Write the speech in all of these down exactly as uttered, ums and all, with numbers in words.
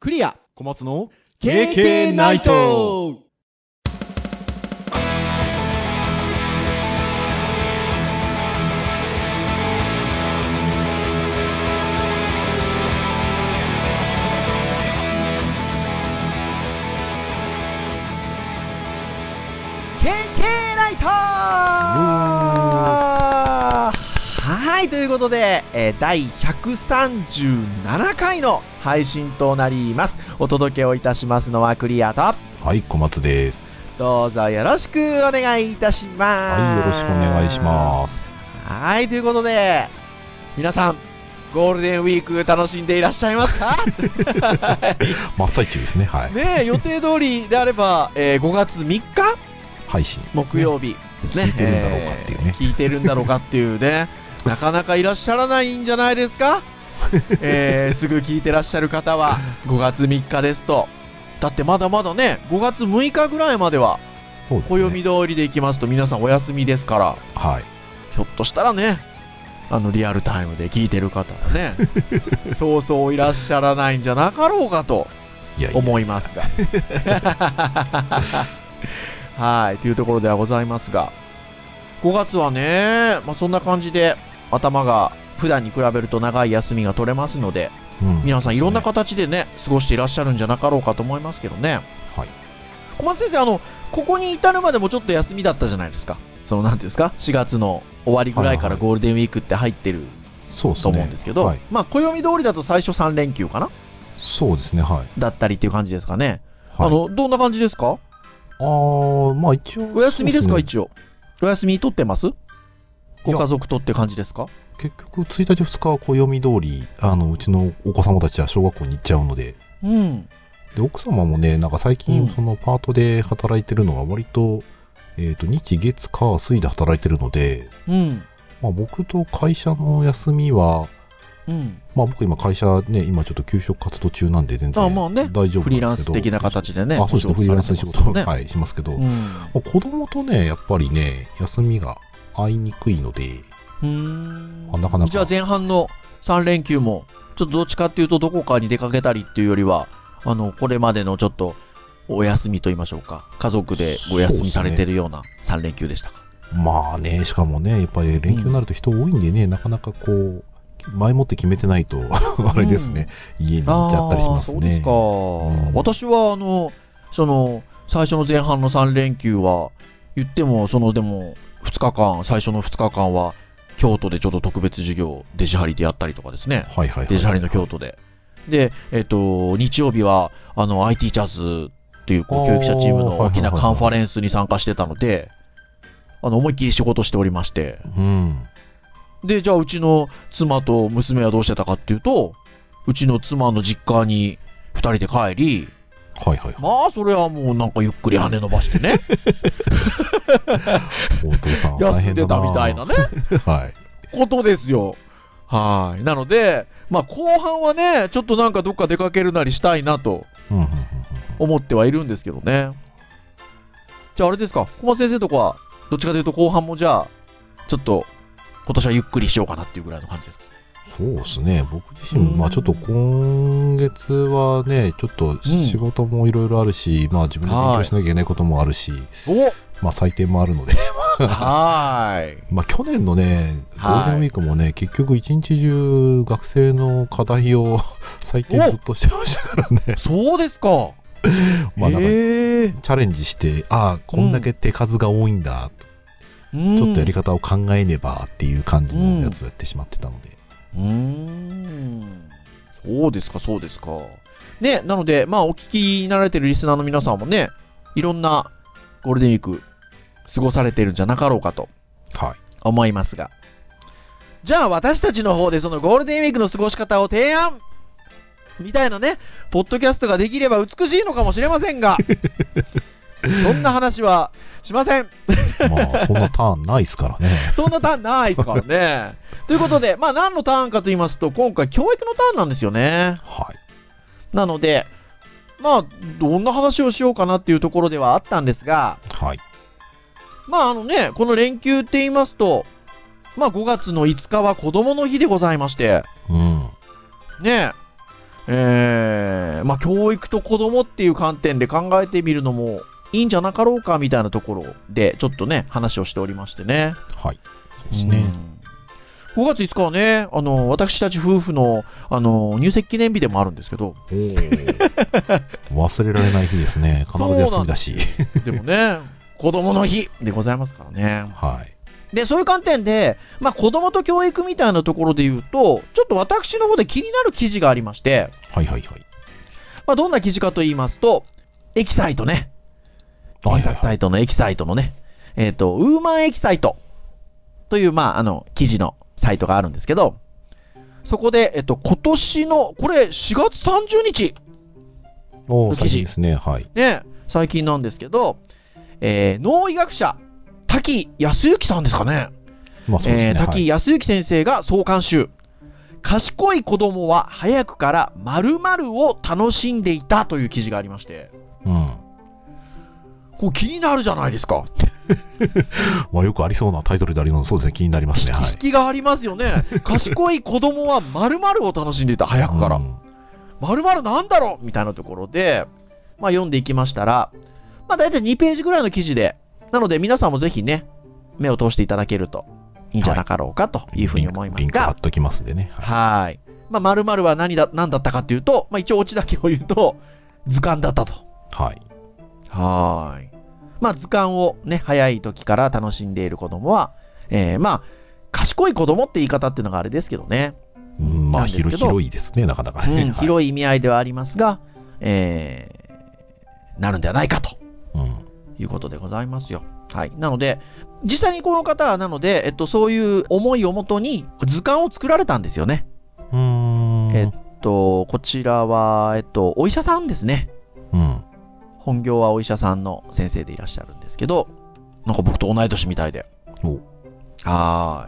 クリア小松のケーケー ナイト。 ケーケー ナイトはい、ということで、えー、だいひゃくさんじゅうななかいの配信となります。お届けをいたしますのはクリアと、 はい、小松です。 どうぞよろしくお願いいたします。 はい、よろしくお願いします。 はい、ということで皆さんゴールデンウィーク楽しんでいらっしゃいますか？ 真っ最中ですね。はい。 ねえ、予定通りであれば、えー、ごがつみっか配信、ね、 木曜日ですね。 聞いてるんだろうかっていうね、 えー、聞いてるんだろうかっていうねなかなかいらっしゃらないんじゃないですか？えー、すぐ聞いてらっしゃる方はごがつみっかですと。だってまだまだね、ごがつむいかぐらいまでは暦通りでいきますと皆さんお休みですから、 はい、 ひょっとしたらね、あのリアルタイムで聞いてる方はねそうそういらっしゃらないんじゃなかろうかと思いますが、はい、というところではございますが、ごがつはね、まあ、そんな感じで頭が普段に比べると長い休みが取れますので、うん、皆さんいろんな形でね過ごしていらっしゃるんじゃなかろうかと思いますけどね。 はい、 小松先生、あのここに至るまでもちょっと休みだったじゃないですか。そのなんていうんですか、しがつの終わりぐらいからゴールデンウィークって入ってると思うんですけど、 はい、 まあ暦通りだと最初さんれんきゅうかな。 そうですね、はい、 だったりっていう感じですかね。 はい、 あのどんな感じですか？ あー、まあ一応お休みですか？一応お休み取ってます？ご家族とって感じですか？ 結局ついたちふつかは暦通り、あのうちのお子様たちは小学校に行っちゃうので、 うん、 で奥様もね、なんか最近そのパートで働いてるのが割と、えーと日月火水で働いてるので、 うん、 まあ、僕と会社の休みは、 うん、まあ、僕今会社ね、今ちょっと休職活動中なんで全然大丈夫なんですけど、 フリーランス的な形でね、 あ、そうですね、フリーランスで仕事を、ね、はい、しますけど、うん、まあ、子供とねやっぱりね休みが合いにくいので、 うーん、 まあ、なかなか。 じゃあ前半のさんれんきゅうもちょっとどっちかっていうとどこかに出かけたりっていうよりは、あのこれまでのちょっとお休みと言いましょうか、家族でお休みされてるようなさんれんきゅうでしたか？ まあね、しかもねやっぱり連休になると人多いんでね、うん、なかなかこう前もって決めてないとあれですね、うん、家に行っちゃったりしますね。 そうですか、うん、私はあのその最初の前半のさんれんきゅうは言ってもそのでもふつかかん、最初のふつかかんは京都でちょっと特別授業デジハリでやったりとかですね、 はいはいはいはい、 デジハリの京都でで、えっと日曜日はあの アイティー ジャズっていうこう教育者チームの大きなカンファレンスに参加してたので、あの思いっきり仕事しておりまして、 うん、 でじゃあうちの妻と娘はどうしてたかっていうと、うちの妻の実家にふたりで帰り、 はいはいはい、 まあそれはもうなんかゆっくり羽伸ばしてねお父さん休んでたみたいなね、 はい、 ことですよ。はい。なのでまあ後半はねちょっとなんかどっか出かけるなりしたいなと思ってはいるんですけどね。じゃああれですか、小松先生とかはどっちかというと後半もじゃあちょっと今年はゆっくりしようかなっていうぐらいの感じですか？ そうですね、僕自身、まあちょっと今月はね、ちょっと仕事もいろいろあるし、うん、まあ自分で勉強しなきゃいけないこともあるし、まあ採点もあるのではい。 まあ去年のね、ゴールデンウィークもね、結局一日中学生の課題を採点ずっとしてましたからね。 そうですか。 まあなんかチャレンジして、ああ、こんだけ手数が多いんだと、うん、ちょっとやり方を考えねばっていう感じのやつをやってしまってたので。 うーん、そうですかそうですかね。なのでまあお聞きになられてるリスナーの皆さんもね、いろんなゴールデンウィーク過ごされてるんじゃなかろうかと思いますが、はい、じゃあ私たちの方でそのゴールデンウィークの過ごし方を提案みたいなねポッドキャストができれば美しいのかもしれませんがそんな話はしませんまあそんなターンないですからねそんなターンないですからねということで、まあ何のターンかと言いますと、今回教育のターンなんですよね。 はい。 なのでまあどんな話をしようかなっていうところではあったんですが、 はい。 まああのね、この連休って言いますと、まあごがつのいつかは子供の日でございまして、 うん、 ねえー、まあ教育と子供っていう観点で考えてみるのもいいんじゃなかろうかみたいなところでちょっとね話をしておりましてね。 はい。そうですね。 ごがついつかはね、あの私たち夫婦のあの入籍記念日でもあるんですけど、 お忘れられない日ですね。必ず休みだし。 でもね、子供の日でございますからね。 はい。 で、そういう観点で、まあ、子供と教育みたいなところで言うと、ちょっと私の方で気になる記事がありまして、 はいはいはい。 まあ、どんな記事かと言いますと、エキサイトね。検索サイトのエキサイトのね、えっと、ウーマンエキサイトという、まあ、あの、記事のサイトがあるんですけど、そこで、えっと、今年の、これしがつさんじゅうにちの記事ですね。はい。 ね、最近なんですけど、えー、脳医学者、滝康之さんですかね。 まあそうですね。 えー、滝康之先生が創刊集。賢い子供は早くから〇〇を楽しんでいたという記事がありまして。 うん。 こう気になるじゃないですか。 まあよくありそうなタイトルであります。そうですね。気になりますね。 引きがありますよね。賢い子供は〇〇を楽しんでいた。早くから。〇〇なんだろうみたいなところで、まあ読んでいきましたら、まあ大体にページぐらいの記事で、なので皆さんもぜひね、目を通していただけるといいんじゃなかろうかというふうに思いますが。 リンク貼っときますんでね。 はい。まあ、〇〇は何だ、何だったかっていうと、まあ一応オチだけを言うと、図鑑だったと。 はい。 はい。まあ図鑑をね、早い時から楽しんでいる子供は、えー、まあ、賢い子供って言い方っていうのがあれですけどね。 うん、まあ広広いですね、なかなかね。 うん、広い意味合いではありますが、えー、なるんではないかと。うん。いうことでございますよ。はい。なので、実際にこの方はなので、えっと、そういう思いをもとに図鑑を作られたんですよね。 うーん。 えっと、こちらは、えっと、お医者さんですね。 うん。 本業はお医者さんの先生でいらっしゃるんですけど、なんか僕と同い年みたいで。 おはい。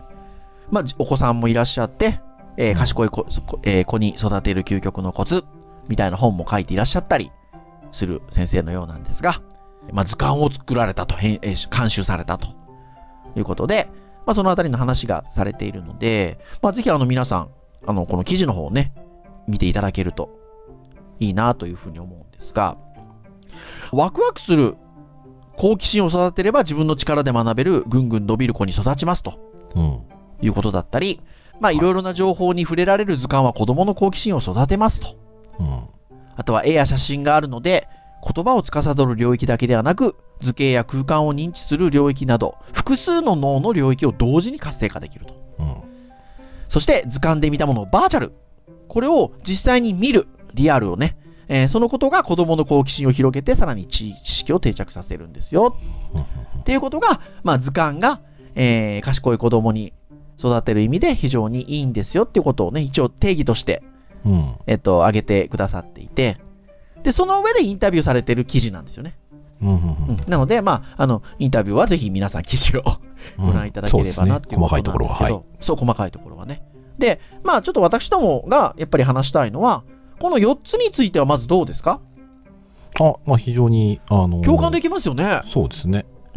まあ、お子さんもいらっしゃって、えー、賢い子、えー、子に育てる究極のコツみたいな本も書いていらっしゃったりする先生のようなんですが、まあ、図鑑を作られたと、えー、監修されたということで、まあ、そのあたりの話がされているので、まあ、ぜひあの皆さん、あの、この記事の方をね、見ていただけるといいなというふうに思うんですが、ワクワクする好奇心を育てれば自分の力で学べるぐんぐん伸びる子に育ちますと、うん、いうことだったり、まあ、いろいろな情報に触れられる図鑑は子供の好奇心を育てますと、うん、あとは絵や写真があるので、言葉を司る領域だけではなく、図形や空間を認知する領域など、複数の脳の領域を同時に活性化できると。うん、そして、図鑑で見たものをバーチャル。これを実際に見る、リアルをね、えー、そのことが子供の好奇心を広げて、さらに知識を定着させるんですよ。っていうことが、まあ、図鑑が、えー、賢い子供に育てる意味で非常にいいんですよっていうことをね、一応定義として、うん、えっと、挙げてくださっていて、で、その上でインタビューされてる記事なんですよね。うんうんうん、なので、まあ、あの、インタビューはぜひ皆さん記事をご覧いただければなっていうことなんですけど、うん、そうですね、細かいところは、はい。そう、細かいところはね。で、まあ、ちょっと私どもがやっぱり話したいのは、このよっつについてはまずどうですか？ あ、まあ非常に、あのー、 共感できますよね。 そうですね。 うん。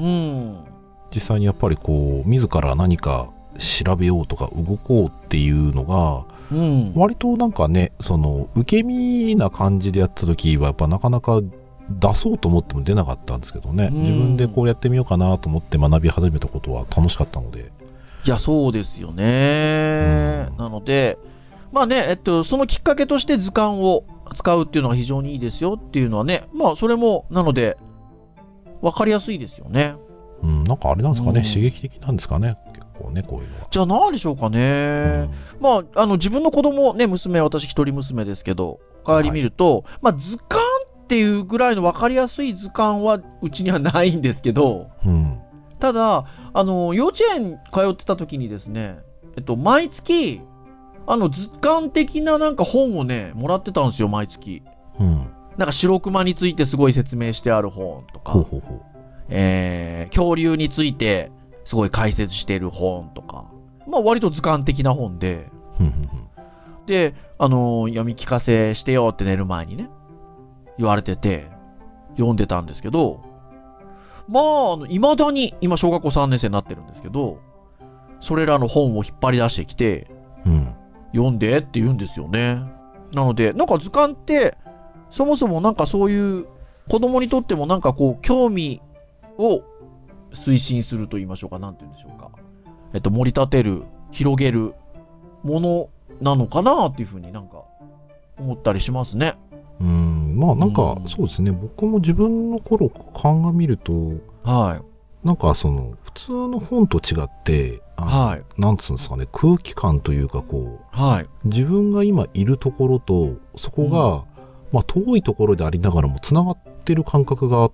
実際にやっぱりこう、自ら何か調べようとか動こうっていうのが、うん、割となんかね、その受け身な感じでやった時はやっぱなかなか出そうと思っても出なかったんですけどね、うん、自分でこうやってみようかなと思って学び始めたことは楽しかったので。 いや、そうですよね、うん、なのでまあね、えっと、そのきっかけとして図鑑を使うっていうのが非常にいいですよっていうのはね、まあそれもなので分かりやすいですよね。 うん、なんかあれなんですかね、うん、刺激的なんですかね、結構ね、こういうのは。 じゃあ何でしょうかね、うん、まああの自分の子供ね、娘、私一人娘ですけど、帰り見ると、はい、まあ図鑑っていうぐらいの分かりやすい図鑑はうちにはないんですけど、うん、ただあの幼稚園通ってた時にですね、えっと毎月あの図鑑的ななんか本をねもらってたんですよ、毎月、うん、なんか白熊についてすごい説明してある本とか、ほうほうほう、えー、恐竜についてすごい解説してる本とか、まあ割と図鑑的な本でで、あのー、読み聞かせしてよって寝る前にね言われてて読んでたんですけど、まあ未だに今小学校さんねん生になってるんですけど、それらの本を引っ張り出してきて、うん、読んでって言うんですよね。 なので、なんか図鑑って、そもそもなんかそういう子供にとってもなんかこう、興味を推進すると言いましょうか、なんて言うんでしょうか。えっと、盛り立てる、広げるものなのかなっていうふうになんか思ったりしますね。 うん、まあなんかそうですね、僕も自分の頃鑑みると、 はい。 なんかその普通の本と違って、 はい。 なんつうんですかね、空気感というかこう、 はい。 自分が今いるところとそこが、うん、まあ遠いところでありながらもつながってる感覚があって、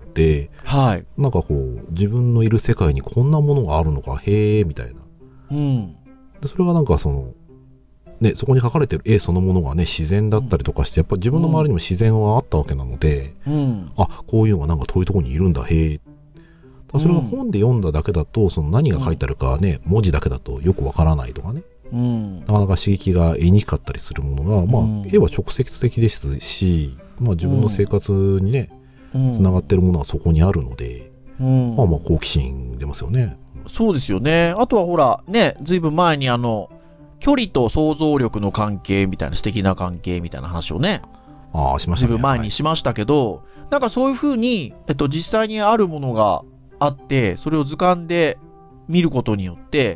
はい。 なんかこう自分のいる世界にこんなものがあるのか、へえみたいな。 うん。 でそれがなんかそのね、そこに描かれてる絵そのものがね自然だったりとかして、やっぱ自分の周りにも自然はあったわけなので、うん、あ、こういうのがなんか遠いところにいるんだ、へえ。それが本で読んだだけだと、その何が書いてあるかね、うん、文字だけだとよくわからないとかね、うん、なかなか刺激が得にくかったりするものが、まあ、うん、絵は直接的ですし、まあ、自分の生活にね、つながってるものがそこにあるので、うん、まあまあ好奇心出ますよね。 そうですよね。あとはほらね、ずいぶん前にあの距離と想像力の関係みたいな、素敵な関係みたいな話をね、 ああしましたね。 ずいぶん前にしましたけど、はい、なんかそういうふうに、えっと、実際にあるものがあって、それを図鑑で見ることによって、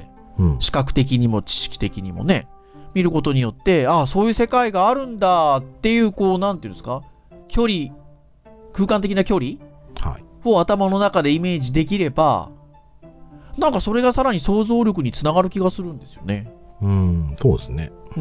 うん、視覚的にも知識的にもね、見ることによって、ああ、そういう世界があるんだっていう、こう、なんていうんですか、距離、空間的な距離、はい、を頭の中でイメージできれば、なんかそれがさらに想像力につながる気がするんですよね。 うん、そうですね。 うん。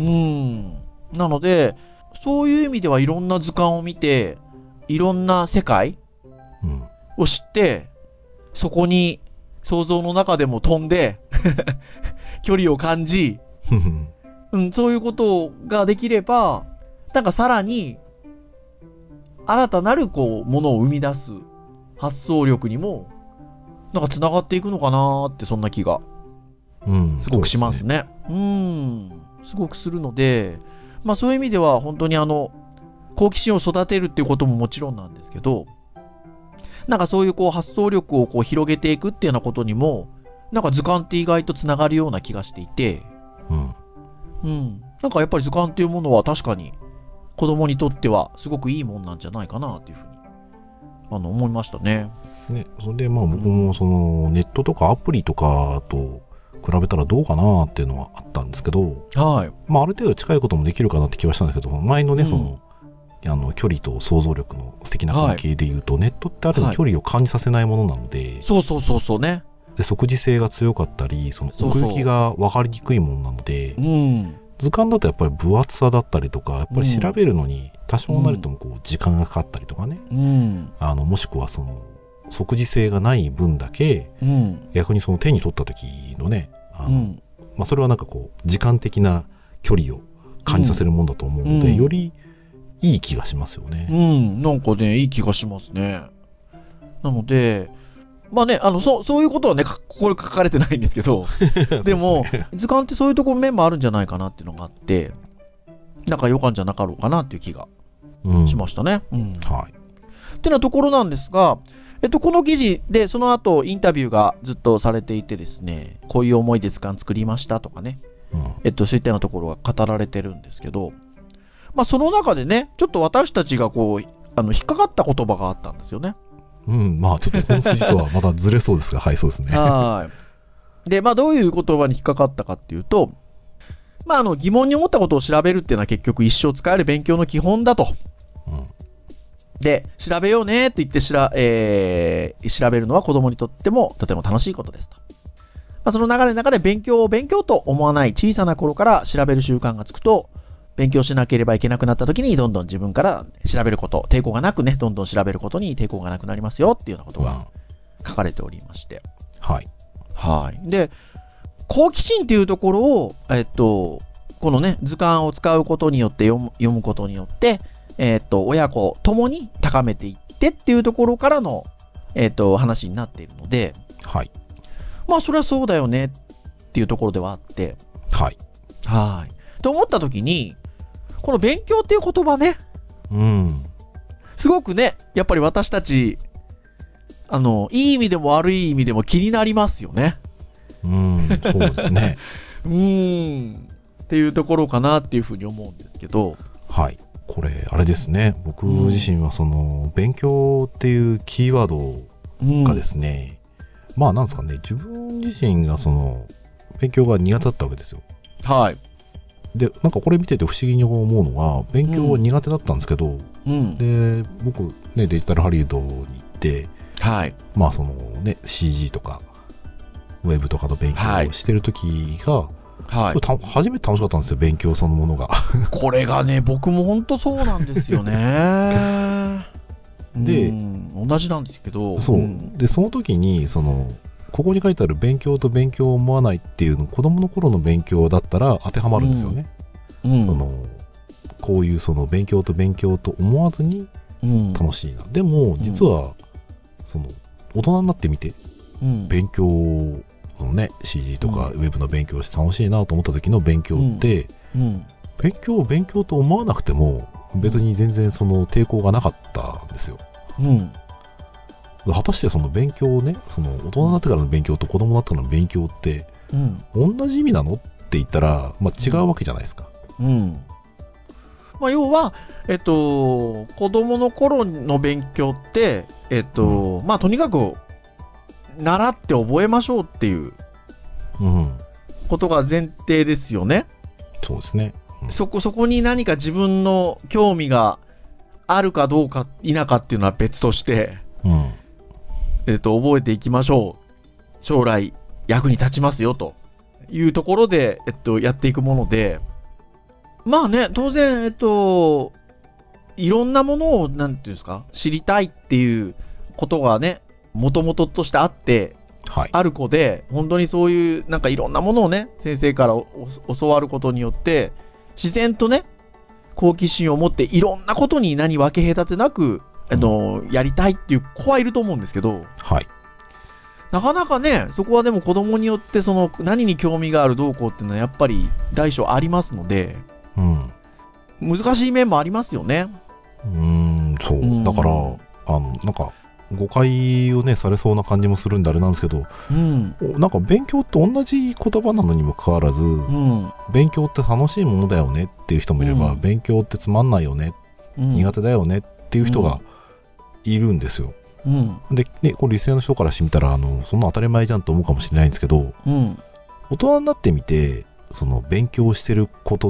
なので、そういう意味ではいろんな図鑑を見て、いろんな世界を知って、うん、そこに想像の中でも飛んで、距離を感じ、うん、そういうことができれば、なんかさらに、新たなるこう、ものを生み出す発想力にも、なんか繋がっていくのかなーって、そんな気が。うん、すごくしますね。うーん、すごくするので、まあそういう意味では本当にあの好奇心を育てるっていうことももちろんなんですけど、なんかそういうこう発想力をこう広げていくっていうようなことにも、なんか図鑑って意外とつながるような気がしていて、うん、うん、なんかやっぱり図鑑っていうものは確かに子供にとってはすごくいいもんなんじゃないかなっていうふうにあの思いましたね。 ね、それでまあ僕もそのネットとかアプリとかと比べたらどうかなっていうのはあったんですけど、はい、まあある程度近いこともできるかなって気はしたんですけど、前のね、うん、そのあの距離と想像力の素敵な関係でいうと、はい、ネットってある意味距離を感じさせないものなので、はい、 そうそうそうそうね。 で即時性が強かったり、その奥行きが分かりにくいものなので、そうそう、うん、図鑑だとやっぱり分厚さだったりとか、やっぱり調べるのに多少なりともこう時間がかかったりとかね、うん、あのもしくはその即時性がない分だけ、うん、逆にその手に取った時のね、あの、うんまあ、それはなんかこう時間的な距離を感じさせるもんだと思うので、うん、よりいい気がしますよね。 うん、なんかねいい気がしますね。なのでまあね、あのそそういうことはねここに書かれてないんですけどでもで、ね、図鑑ってそういうところ面もあるんじゃないかなっていうのがあって、なんか良かんじゃなかろうかなっていう気がしましたね。うんうん、はい。ってなところなんですが、えっと、この記事でその後インタビューがずっとされていてですね、こういう思いで図鑑作りましたとかね、うん、えっと、そういったようなところが語られてるんですけど、まあ、その中でねちょっと私たちがこうあの引っかかった言葉があったんですよね。 うん、まあちょっと本筋とはまたずれそうですがはいそうですね。 はい。でまあどういう言葉に引っかかったかっていうと、まああの疑問に思ったことを調べるっていうのは結局一生使える勉強の基本だと。うん、で調べようねと言ってしら、えー、調べるのは子供にとってもとても楽しいことですと。まあ、その流れの中で勉強を勉強と思わない小さな頃から調べる習慣がつくと、勉強しなければいけなくなった時にどんどん自分から調べること、抵抗がなくね、どんどん調べることに抵抗がなくなりますよっていうようなことが書かれておりまして。 うん、はい。 はい。で、好奇心っていうところを、えっと、このね、図鑑を使うことによって読む、読むことによって、えっと、親子ともに高めていってっていうところからの、えっと、話になっているので、 はい。 まあ、それはそうだよねっていうところではあって、 はい。 はい。と思った時に、この勉強っていう言葉ね、うん、すごくね、やっぱり私たち、あの、いい意味でも悪い意味でも気になりますよね。 うん、そうですね。 うーん、っていうところかなっていうふうに思うんですけど、 はい。 これあれですね、僕自身はその勉強っていうキーワードがですね、うん、まあなんですかね、自分自身がその勉強が苦手だったわけですよ。 はい。 でなんかこれ見てて不思議に思うのは、勉強は苦手だったんですけど、うん、で僕ねデジタルハリウッドに行って、 はい、 まあそのね シージー とかウェブとかの勉強をしてる時が、はい、た初めて楽しかったんですよ、勉強そのものが。 これがね、僕も本当そうなんですよね。 で、 同じなんですけど、 そう、うん、でその時にそのここに書いてある勉強と勉強を思わないっていうの、子供の頃の勉強だったら当てはまるんですよね。うん、そのこういうその勉強と勉強と思わずに楽しいな、うん、でも実はその大人になってみて、うん、勉強のね シージー とかウェブの勉強して楽しいなと思った時の勉強って、うんうん、勉強を勉強と思わなくても別に全然その抵抗がなかったんですよ。うん、果たしてその勉強をね、その大人になってからの勉強と子供になってからの勉強って、うん、同じ意味なのって言ったら、まあ、違うわけじゃないですか。うんうん、 まあ、要は、えっと、子供の頃の勉強って、えっと、うん、まあ、とにかく習って覚えましょうっていうことが前提ですよね。 うん、そうですね。 うん、そこ、そこに何か自分の興味があるかどうか否かっていうのは別として、うん、えっと、覚えていきましょう。将来役に立ちますよというところで、えっと、やっていくもので、まあね、当然、えっと、いろんなものを、なんていうんですか、知りたいっていうことがね、もともととしてあって、はい、ある子で、本当にそういう、なんかいろんなものをね、先生から教わることによって、自然とね、好奇心を持っていろんなことに何分け隔てなく、あの、うん、やりたいっていう子はいると思うんですけど、 はい、 なかなかね、そこはでも子供によってその何に興味があるどうこうっていうのはやっぱり大小ありますので、うん、難しい面もありますよね。 うーん、そう、うん、だからあのなんか誤解をねされそうな感じもするんであれなんですけど、うん、なんか勉強って同じ言葉なのにもかかわらず、うん、勉強って楽しいものだよねっていう人もいれば、うん、勉強ってつまんないよね、うん、苦手だよねっていう人がいるんですよ。うん、で、ね、これリスナーの人からしてみたらあのそんな当たり前じゃんと思うかもしれないんですけど、うん、大人になってみてその勉強してることって、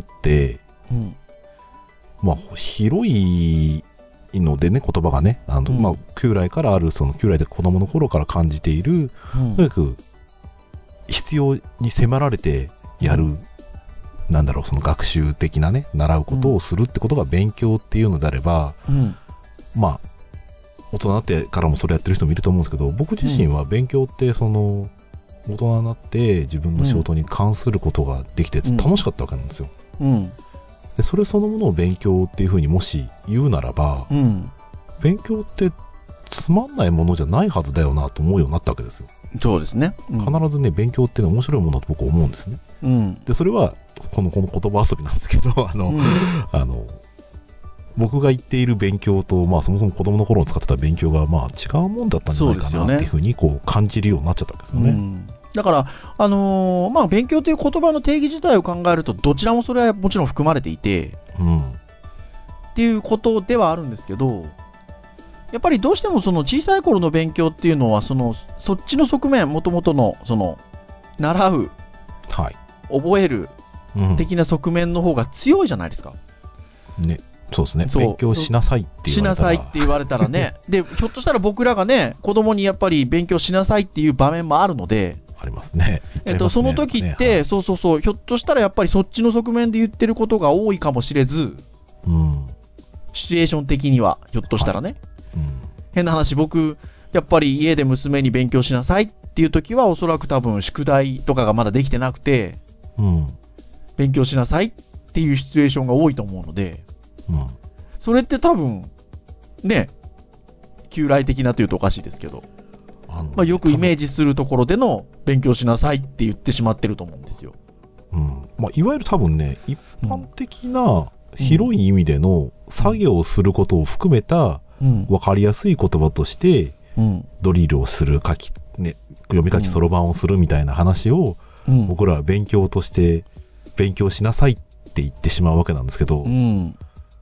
うん、まあ広いのでね、言葉がね、あの、うん、まあ旧来からあるその旧来で子供の頃から感じている、うん、とにかく必要に迫られてやる、うん、なんだろう、その学習的なね習うことをするってことが勉強っていうのであれば、うん、まあ大人になってからもそれやってる人もいると思うんですけど、僕自身は勉強ってその大人になって自分の仕事に関することができて楽しかったわけなんですよ。うん、でそれそのものを勉強っていうふうにもし言うならば、うん、勉強ってつまんないものじゃないはずだよなと思うようになったわけですよ。 そうですね。 うん、必ずね勉強っていうのは面白いものだと僕は思うんですね。うん、でそれはこのこの言葉遊びなんですけど、あの、うん、あの僕が言っている勉強と、まあ、そもそも子供の頃に使ってた勉強がまあ違うもんだったんじゃないかなっていうふうにこう感じるようになっちゃったわけですよね。うん、 だから、あのーまあ、勉強という言葉の定義自体を考えるとどちらもそれはもちろん含まれていて、うん、っていうことではあるんですけど、やっぱりどうしてもその小さい頃の勉強っていうのはそのそっちの側面、もともとのその習う、はい、覚える的な側面の方が強いじゃないですか。 ね、そうですね。勉強しなさいって言われたらしなさいって言われたらねでひょっとしたら僕らがね子供にやっぱり勉強しなさいっていう場面もあるので、 ありますね。 えっと、その時って、はい、そうそうそう、ひょっとしたらやっぱりそっちの側面で言ってることが多いかもしれず、うん、シチュエーション的にはひょっとしたらね、はい、うん、変な話、僕やっぱり家で娘に勉強しなさいっていう時はおそらく多分宿題とかがまだできてなくて、うん、勉強しなさいっていうシチュエーションが多いと思うので、うん、それって多分ね、旧来的なというとおかしいですけど、あの、まあ、よくイメージするところでの勉強しなさいって言ってしまってると思うんですよ。 うん、まあ、いわゆる多分ね、一般的な広い意味での作業をすることを含めた分かりやすい言葉として、うん、ドリルをする、書き、ね、読み書きそろばんをするみたいな話を、うん、僕らは勉強として勉強しなさいって言ってしまうわけなんですけど、うん、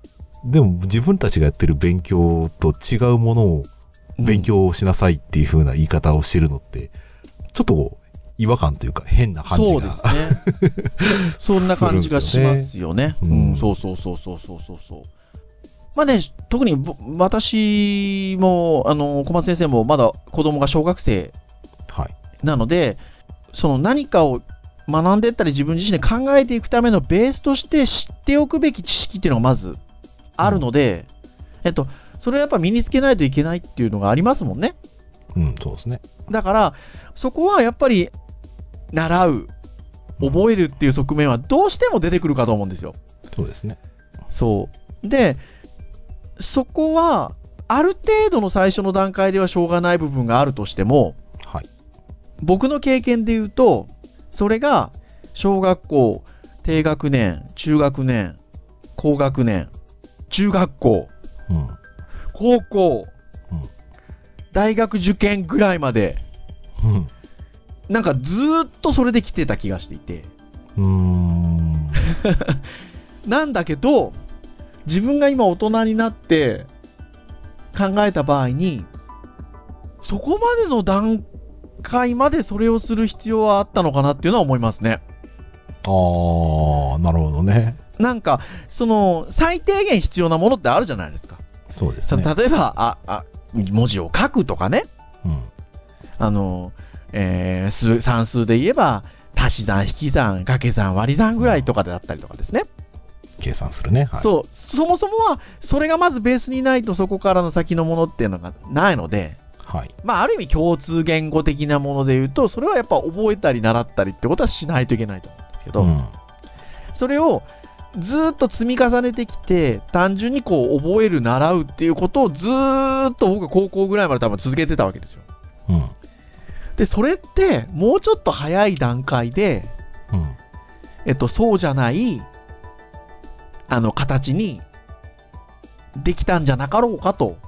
でも自分たちがやってる勉強と違うものを勉強しなさいっていう風な言い方をしてるのって、うん、ちょっと違和感というか変な感じが。 そうですね。そんな感じがしますよね。うん、うん、そうそうそうそうそうそうそう。まあね、特に私も、あの、小松先生もまだ子供が小学生なので、はい、その何かを学んでいったり自分自身で考えていくためのベースとして知っておくべき知識っていうのがまずあるので、うん、えっと、それはやっぱ身につけないといけないっていうのがありますもんね。 うん、そうですね。 だから、そこはやっぱり習う、覚えるっていう側面はどうしても出てくるかと思うんですよ。 そうですね。 そう。で、そこは、ある程度の最初の段階ではしょうがない部分があるとしても、 はい、 僕の経験で言うと、それが小学校、低学年、中学年、高学年、中学校、 うん、 高校、 うん、 大学受験ぐらいまで、 うん、 なんかずーっとそれで来てた気がしていて。 うーんなんだけど、自分が今大人になって考えた場合に、そこまでの段階までそれをする必要はあったのかなっていうのは思いますね。 ああ、なるほどね。 なんか、その、最低限必要なものってあるじゃないですか。 そうですね。 例えば、あ、あ、文字を書くとかね。 うん。 あの、えー、数、算数で言えば、足し算、引き算、掛け算、割り算ぐらいとかであったりとかですね。 計算するね、はい、 そう、そもそもはそれがまずベースにないとそこからの先のものっていうのがないので、 はい、 まあある意味共通言語的なもので言うと、それはやっぱ覚えたり習ったりってことはしないといけないと思うんですけど、うん、それをずっと積み重ねてきて、単純にこう覚える習うっていうことをずーっと僕が高校ぐらいまで多分続けてたわけですよ、 うん、 でそれってもうちょっと早い段階で、 うん、 えっとそうじゃないあの形にできたんじゃなかろうかと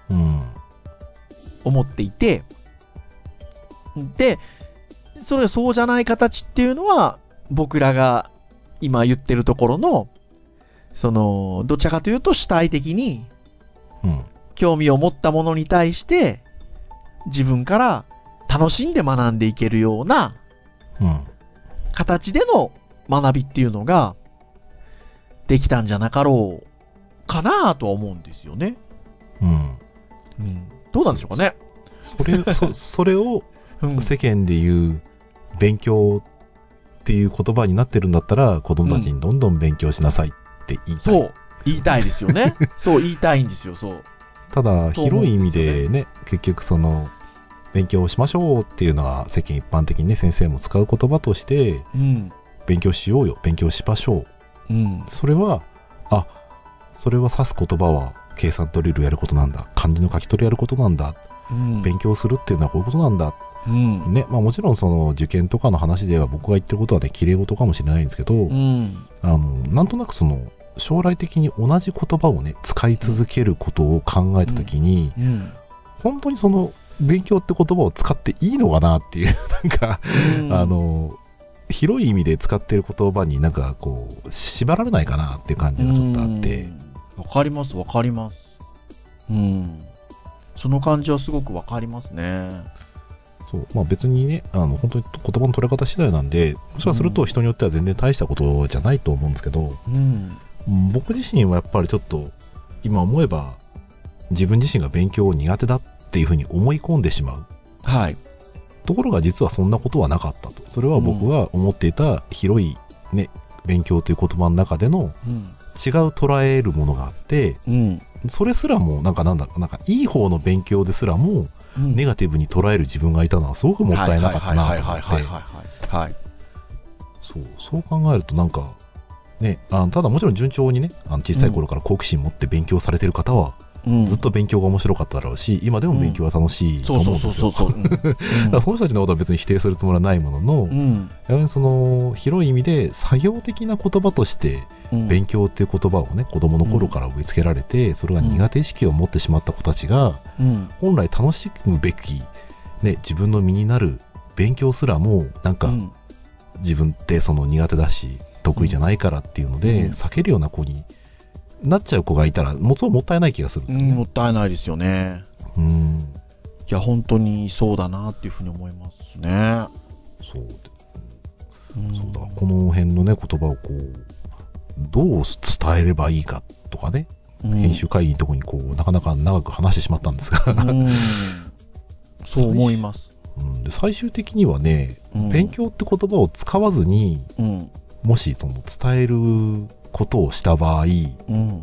思っていて、うん、でそれそうじゃない形っていうのは僕らが今言ってるところのそのどちらかというと主体的に興味を持ったものに対して自分から楽しんで学んでいけるような形での学びっていうのができたんじゃなかろうかなとは思うんですよね。 うん。 うん、どうなんでしょうかね。 それ、そ、それを世間で言う勉強っていう言葉になってるんだったら、子供たちにどんどん勉強しなさいって言いたい。 そう、言いたいですよね。そう言いたいんですよ。そう。 ただ広い意味でね、結局その勉強しましょうっていうのは世間一般的にね先生も使う言葉として、 うん、 勉強しようよ、勉強しましょう。 うん、 それはあそれは指す言葉は計算ドリルやることなんだ、漢字の書き取りやることなんだ、 うん、 勉強するっていうのはこういうことなんだ、 うんねまあ、もちろんその受験とかの話では僕が言ってることはねきれい事かもしれないんですけど、 うん、 あのなんとなくその将来的に同じ言葉をね使い続けることを考えたときに、 うんうん、 本当にその勉強って言葉を使っていいのかなっていうなんか、うん、あの広い意味で使ってる言葉になんかこう縛られないかなっていう感じがちょっとあって、 わかりますわかります。うんその感じはすごくわかりますね。 そうまあ別にねあの本当に言葉の取れ方次第なんで、もしかすると人によっては全然大したことじゃないと思うんですけど、 うん、 僕自身はやっぱりちょっと今思えば自分自身が勉強を苦手だっていうふうに思い込んでしまう、 はい、 ところが実はそんなことはなかったと。それは僕が思っていた広い、ね、勉強という言葉の中での違う捉えるものがあって、 うん、 それすらもなんかなんだなんかいい方の勉強ですらもネガティブに捉える自分がいたのはすごくもったいなかったなと思って、そうそう考えるとなんかね、あただもちろん順調にねあの小さい頃から好奇心持って勉強されてる方は、うん、ずっと勉強が面白かっただろうし今でも勉強は楽しいと思うんですよ。その人たちのことは別に否定するつもりはないものの、うん、やはりその広い意味で作業的な言葉として勉強っていう言葉をね子供の頃から植え付けられて、それが苦手意識を持ってしまった子たちが、うん、本来楽しむべき、ね、自分の身になる勉強すらもなんか、うん、自分ってその苦手だし得意じゃないからっていうので、うん、避けるような子になっちゃう子がいたらもうもったいない気がするんですよね、 うん、もったいないですよね。 うん、 いや本当にそうだなっていうふうに思いますね。 そうで、 うん、 そうだこの辺のね言葉をこうどう伝えればいいかとかね、うん、編集会議のところにこうなかなか長く話してしまったんですが、うん、 そう思います。 うん、で最終的にはね、うん、勉強って言葉を使わずに、うん、もしその伝えることをした場合、うん、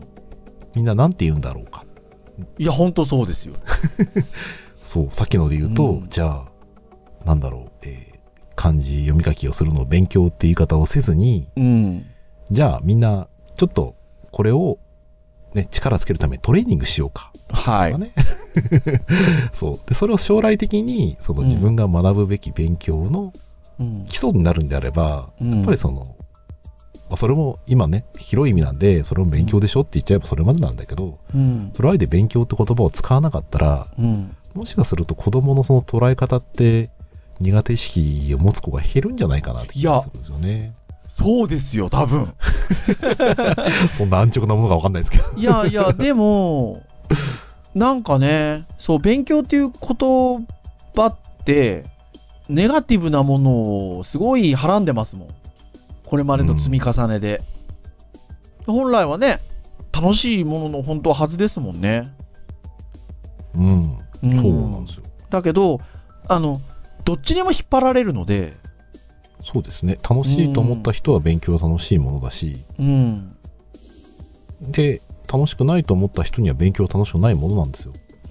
みんななんて言うんだろうか。 いや本当そうですよ。 そうさっきので言うと、うん、じゃあなんだろう、えー、漢字読み書きをするのを勉強って言い方をせずに、うん、じゃあみんなちょっとこれを、ね、力つけるためにトレーニングしようか。 はい。 ね、そうでそれを将来的にその自分が学ぶべき勉強の基礎になるんであれば、うん、やっぱりその、まあ、それも今ね広い意味なんでそれも勉強でしょって言っちゃえばそれまでなんだけど、うん、それあえて勉強って言葉を使わなかったら、うん、もしかすると子供のその捉え方って苦手意識を持つ子が減るんじゃないかなって気がするんですよね。 そうですよ多分。 そんな安直なものが分かんないですけど。 いやいやでもなんかね、そう勉強っていう言葉ってネガティブなものをすごいはらんでますもん。これまでの積み重ねで、うん、本来はね楽しいものの本当ははずですもんね。 うん、うん、そうなんですよ。 だけどあのどっちにも引っ張られるので。 そうですね、楽しいと思った人は勉強は楽しいものだし、うん、で楽しくないと思った人には勉強は楽しくないものなんですよ、うん、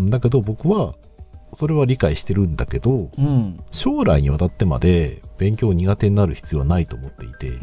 だけど僕はそれは理解してるんだけど、うん、将来にわたってまで勉強苦手になる必要はないと思っていて、うん、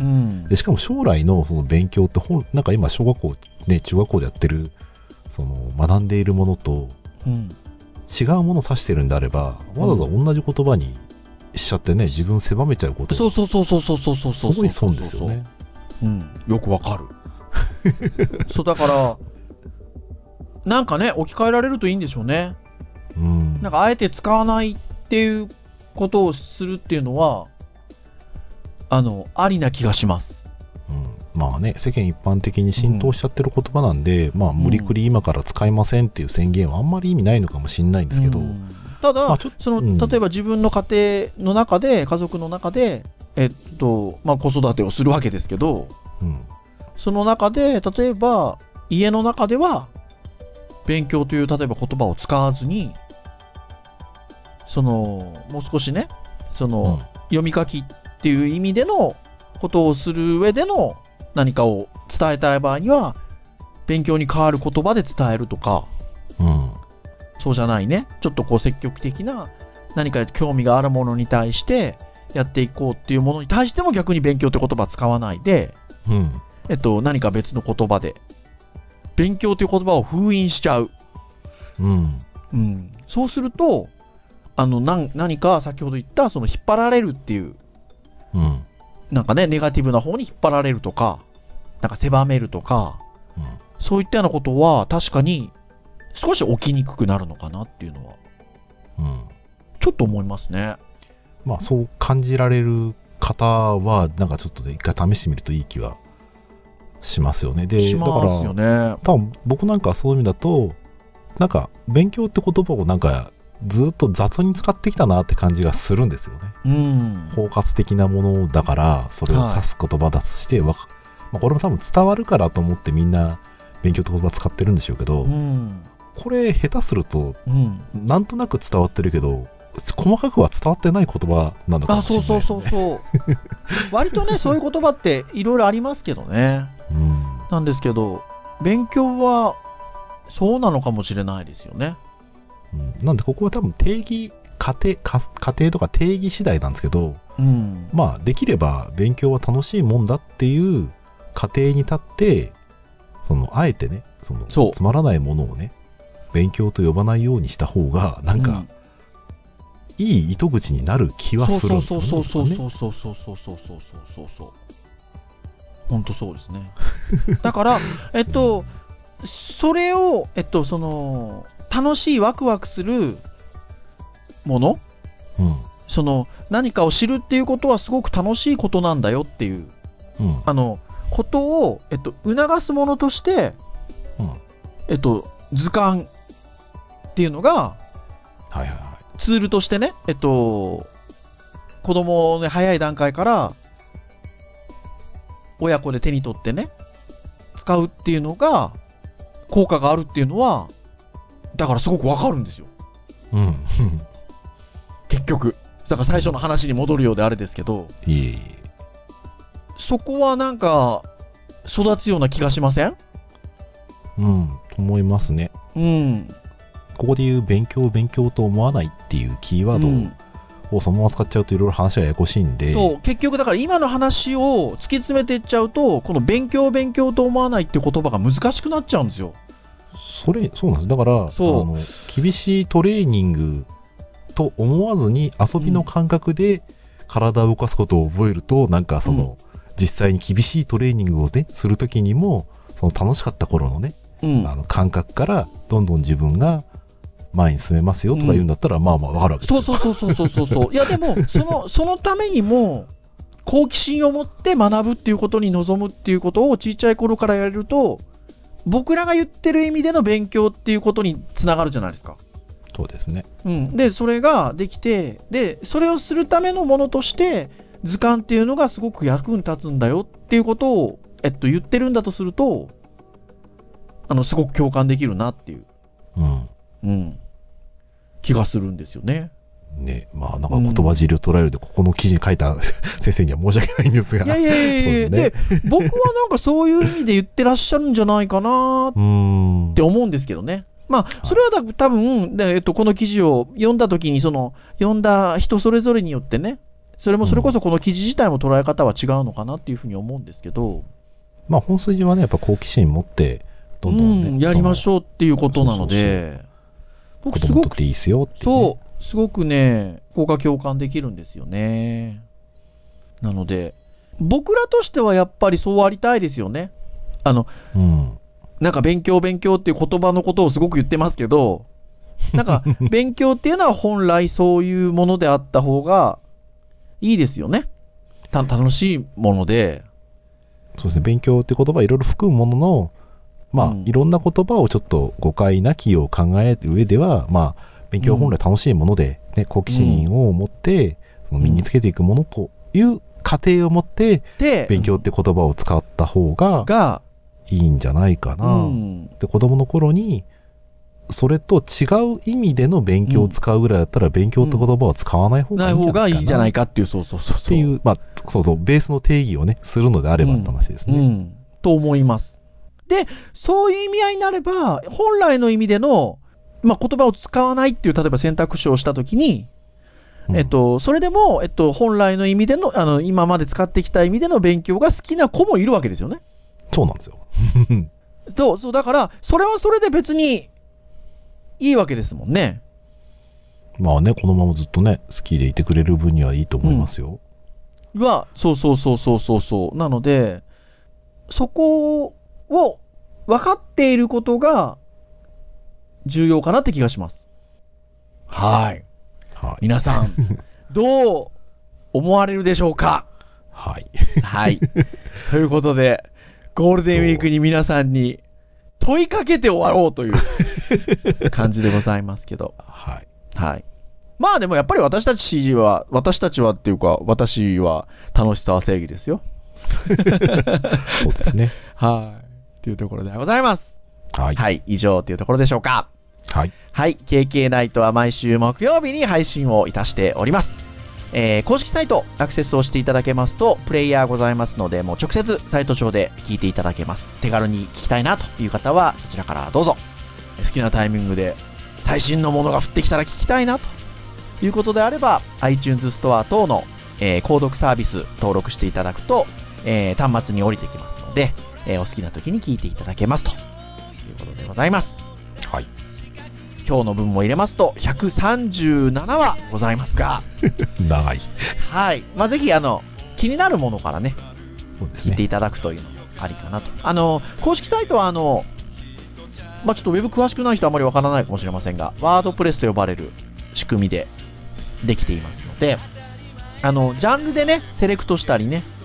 でしかも将来のその勉強って本なんか今小学校、ね、中学校でやってるその学んでいるものと違うものを指してるんであれば、うん、わざわざ同じ言葉にしちゃってね自分狭めちゃうこと、 そうそうそうそうそうそうそうそう、 すごい損ですよね。 うん、よくわかる。そうだからなんかね置き換えられるといいんでしょうね。うん、なんかあえて使わないっていうことをするっていうのはあのありな気がします。 うん、まあね世間一般的に浸透しちゃってる言葉なんで、うん、まあ無理くり今から使いませんっていう宣言はあんまり意味ないのかもしれないんですけど、うん、 ただ、まあ、その、うん、例えば自分の家庭の中で家族の中でえっとまあ子育てをするわけですけど、うん、その中で例えば家の中では勉強という例えば言葉を使わずにそのもう少しねその、うん、読み書きっていう意味でのことをする上での何かを伝えたい場合には勉強に変わる言葉で伝えるとか、うん、そうじゃないねちょっとこう積極的な何か興味があるものに対してやっていこうっていうものに対しても逆に勉強って言葉使わないで、うんえっと、何か別の言葉で勉強という言葉を封印しちゃう、うんうん、そうするとあの何、何か先ほど言ったその引っ張られるっていう、うん、なんかねネガティブな方に引っ張られるとかなんか狭めるとか、うん、そういったようなことは確かに少し起きにくくなるのかなっていうのは、うん、ちょっと思いますね。 まあそう感じられる方はなんかちょっとで一回試してみるといい気はしますよね。で、 しますよね。 だから多分僕なんかそういう意味だとなんか勉強って言葉をなんかずっと雑に使ってきたなって感じがするんですよね。うん、包括的なものだからそれを指す言葉だとして、はいまあ、これも多分伝わるからと思ってみんな勉強って言葉使ってるんでしょうけど、うん、これ下手すると、うん、なんとなく伝わってるけど細かくは伝わってない言葉なのかもしれないですね。 あ、そうそうそうそう割とねそういう言葉っていろいろありますけどね、うん、なんですけど勉強はそうなのかもしれないですよね、 うん、なんでここは多分定義家庭、家庭とか定義次第なんですけど、うん、まあできれば勉強は楽しいもんだっていう過程に立ってそのあえてねそのつまらないものをね勉強と呼ばないようにした方がなんか、うんいい糸口になる気はするんですよね。 そうそうそうそうそうそうそうそうそうそうそう本当そうですね。だからえっとそれをえっとその楽しいワクワクするもの、うん、その何かを知るっていうことはすごく楽しいことなんだよっていう、うん、あのことを、えっと、促すものとして、 うん、 えっと、図鑑っていうのが、 はいはいはい、 ツールとしてね、えっと、子供の早い段階から親子で手に取ってね、使うっていうのが効果があるっていうのは、だからすごくわかるんですよ。 うん。 結局。だから最初の話に戻るようであれですけど、 いえいえ。 そこはなんか育つような気がしません？ うん、と思いますね。 うん。 ここで言う勉強勉強と思わないっていうキーワードをそのまま使っちゃうといろいろ話はややこしいんで、 そう、結局だから今の話を突き詰めていっちゃうと、この勉強勉強と思わないっていう言葉が難しくなっちゃうんですよ。 それ、そうなんです。だから、あの厳しいトレーニングと思わずに遊びの感覚で体を動かすことを覚えると、うん、なんかその、うん、実際に厳しいトレーニングをね、するときにも、その楽しかった頃のね、うん、あの感覚からどんどん自分が前に進めますよとか言うんだったら、うん、まあまあわかるわけですよ。 そうそうそうそうそうそういやでもそのそのためにも好奇心を持って学ぶっていうことに臨むっていうことを小さい頃からやれると、僕らが言ってる意味での勉強っていうことにつながるじゃないですか。 そうですね。 うん、でそれができて、でそれをするためのものとして図鑑っていうのがすごく役に立つんだよっていうことを、えっと、言ってるんだとすると、あのすごく共感できるなっていう、 うんうん、気がするんですよね。 ね、まあなんか言葉尻を捉えるで、うん、ここの記事に書いた先生には申し訳ないんですが、 いやいやいやいや、で、ね、僕はなんかそういう意味で言ってらっしゃるんじゃないかなって思うんですけどね。まあそれはだ多分、えっと、この記事を読んだ時にその読んだ人それぞれによってね、それもそれこそこの記事自体も捉え方は違うのかなっていうふうに思うんですけど、うん、 まあ本筋はねやっぱ好奇心持ってどんどんね、 うん、やりましょうっていうことなので、 僕すごくいいですよって、ね、 そうすごくねここが共感できるんですよね。なので僕らとしてはやっぱりそうありたいですよね。あの、うん、なんか勉強勉強っていう言葉のことをすごく言ってますけど、なんか勉強っていうのは本来そういうものであった方がいいですよね。た楽しいもので、 そうですね、勉強って言葉いろいろ含むものの、まあ、うん、いろんな言葉をちょっと誤解なきを考える上では、まあ勉強は本来楽しいもので、ね、好奇心を持って、うん、その身につけていくものという過程を持って、うん、勉強って言葉を使った方がいいんじゃないかな、うん、で子供の頃にそれと違う意味での勉強を使うぐらいだったら、うん、勉強って言葉は使わない方がいいんじゃないかな、 ない方がいいじゃないかっていう、そうそうそうそうっていう、まあ、そうそうベースの定義をねするのであればって話ですね、 うんうん、と思います。でそういう意味合いになれば本来の意味でのまあ、言葉を使わないっていう例えば選択肢をしたときに、うんえっと、それでも、えっと、本来の意味での、あの今まで使ってきた意味での勉強が好きな子もいるわけですよね。 そうなんですよ。 そうそうだからそれはそれで別にいいわけですもんね。 まあねこのままずっとね好きでいてくれる分にはいいと思いますよ。 うん、はそうそうそうそうそうそうなのでそこを分かっていることが重要かなって気がします。はい。はい、皆さん、どう思われるでしょうか？ はい。 はい。ということで、ゴールデンウィークに皆さんに問いかけて終わろうという感じでございますけど。 はい。 はい。まあでもやっぱり私たちは、私たちはっていうか、私は楽しさは正義ですよ。 そうですね。 はい。というところでございます。 はい。 はい。以上というところでしょうか。 はい。 はい。ケーケー ナイトは毎週木曜日に配信をいたしております。えー、公式サイトアクセスをしていただけますと、プレイヤーございますので、もう直接サイト上で聞いていただけます。手軽に聞きたいなという方は、そちらからどうぞ。好きなタイミングで最新のものが降ってきたら聞きたいなということであれば、iTunes ストア等の、えー、購読サービス登録していただくと、えー、端末に降りてきますので、えー、お好きな時に聞いていただけますということでございます。 はい。 今日の分も入れますとひゃくさんじゅうななわございますが長い。 はい。まあ、ぜひあの気になるものからね、 そうですね、 聞いていただくというのもありかなと。あの公式サイトはあの、まあ、ちょっとウェブ詳しくない人はあまりわからないかもしれませんが、ワードプレスと呼ばれる仕組みでできていますので、あのジャンルでねセレクトしたりね、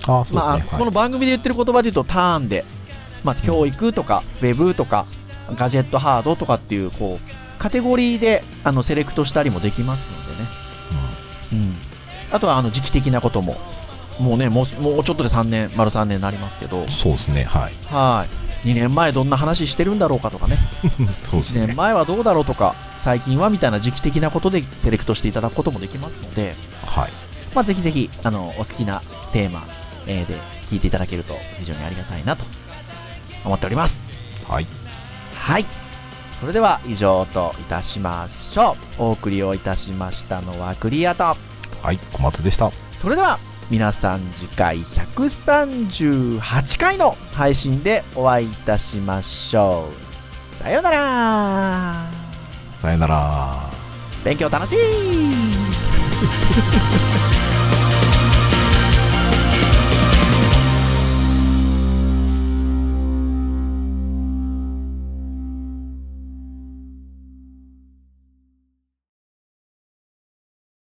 あ、そうですね。 まあ、 はい、 この番組で言ってる言葉で言うとターンで、まあ、教育とか、ウェブとか、ガジェットハードとかっていう、こう、カテゴリーで、あの、セレクトしたりもできますのでね。うん。うん。あとは、あの、時期的なことも、もうね、もう、もうちょっとでさんねん、丸さんねんになりますけど。 そうですね、はい。 はい。にねんまえどんな話してるんだろうかとかね。 そうですね。 いちねんまえはどうだろうとか、最近はみたいな時期的なことでセレクトしていただくこともできますので、 はい。 まあ、ぜひぜひ、あの、お好きなテーマ、えー、で聞いていただけると非常にありがたいなと思っております。 はい。 はい。それでは以上といたしましょう。お送りをいたしましたのはクリアと。 はい、小松でした。 それでは皆さん次回ひゃくさんじゅうはちかいの配信でお会いいたしましょう。さようなら。 さよなら。 勉強楽しい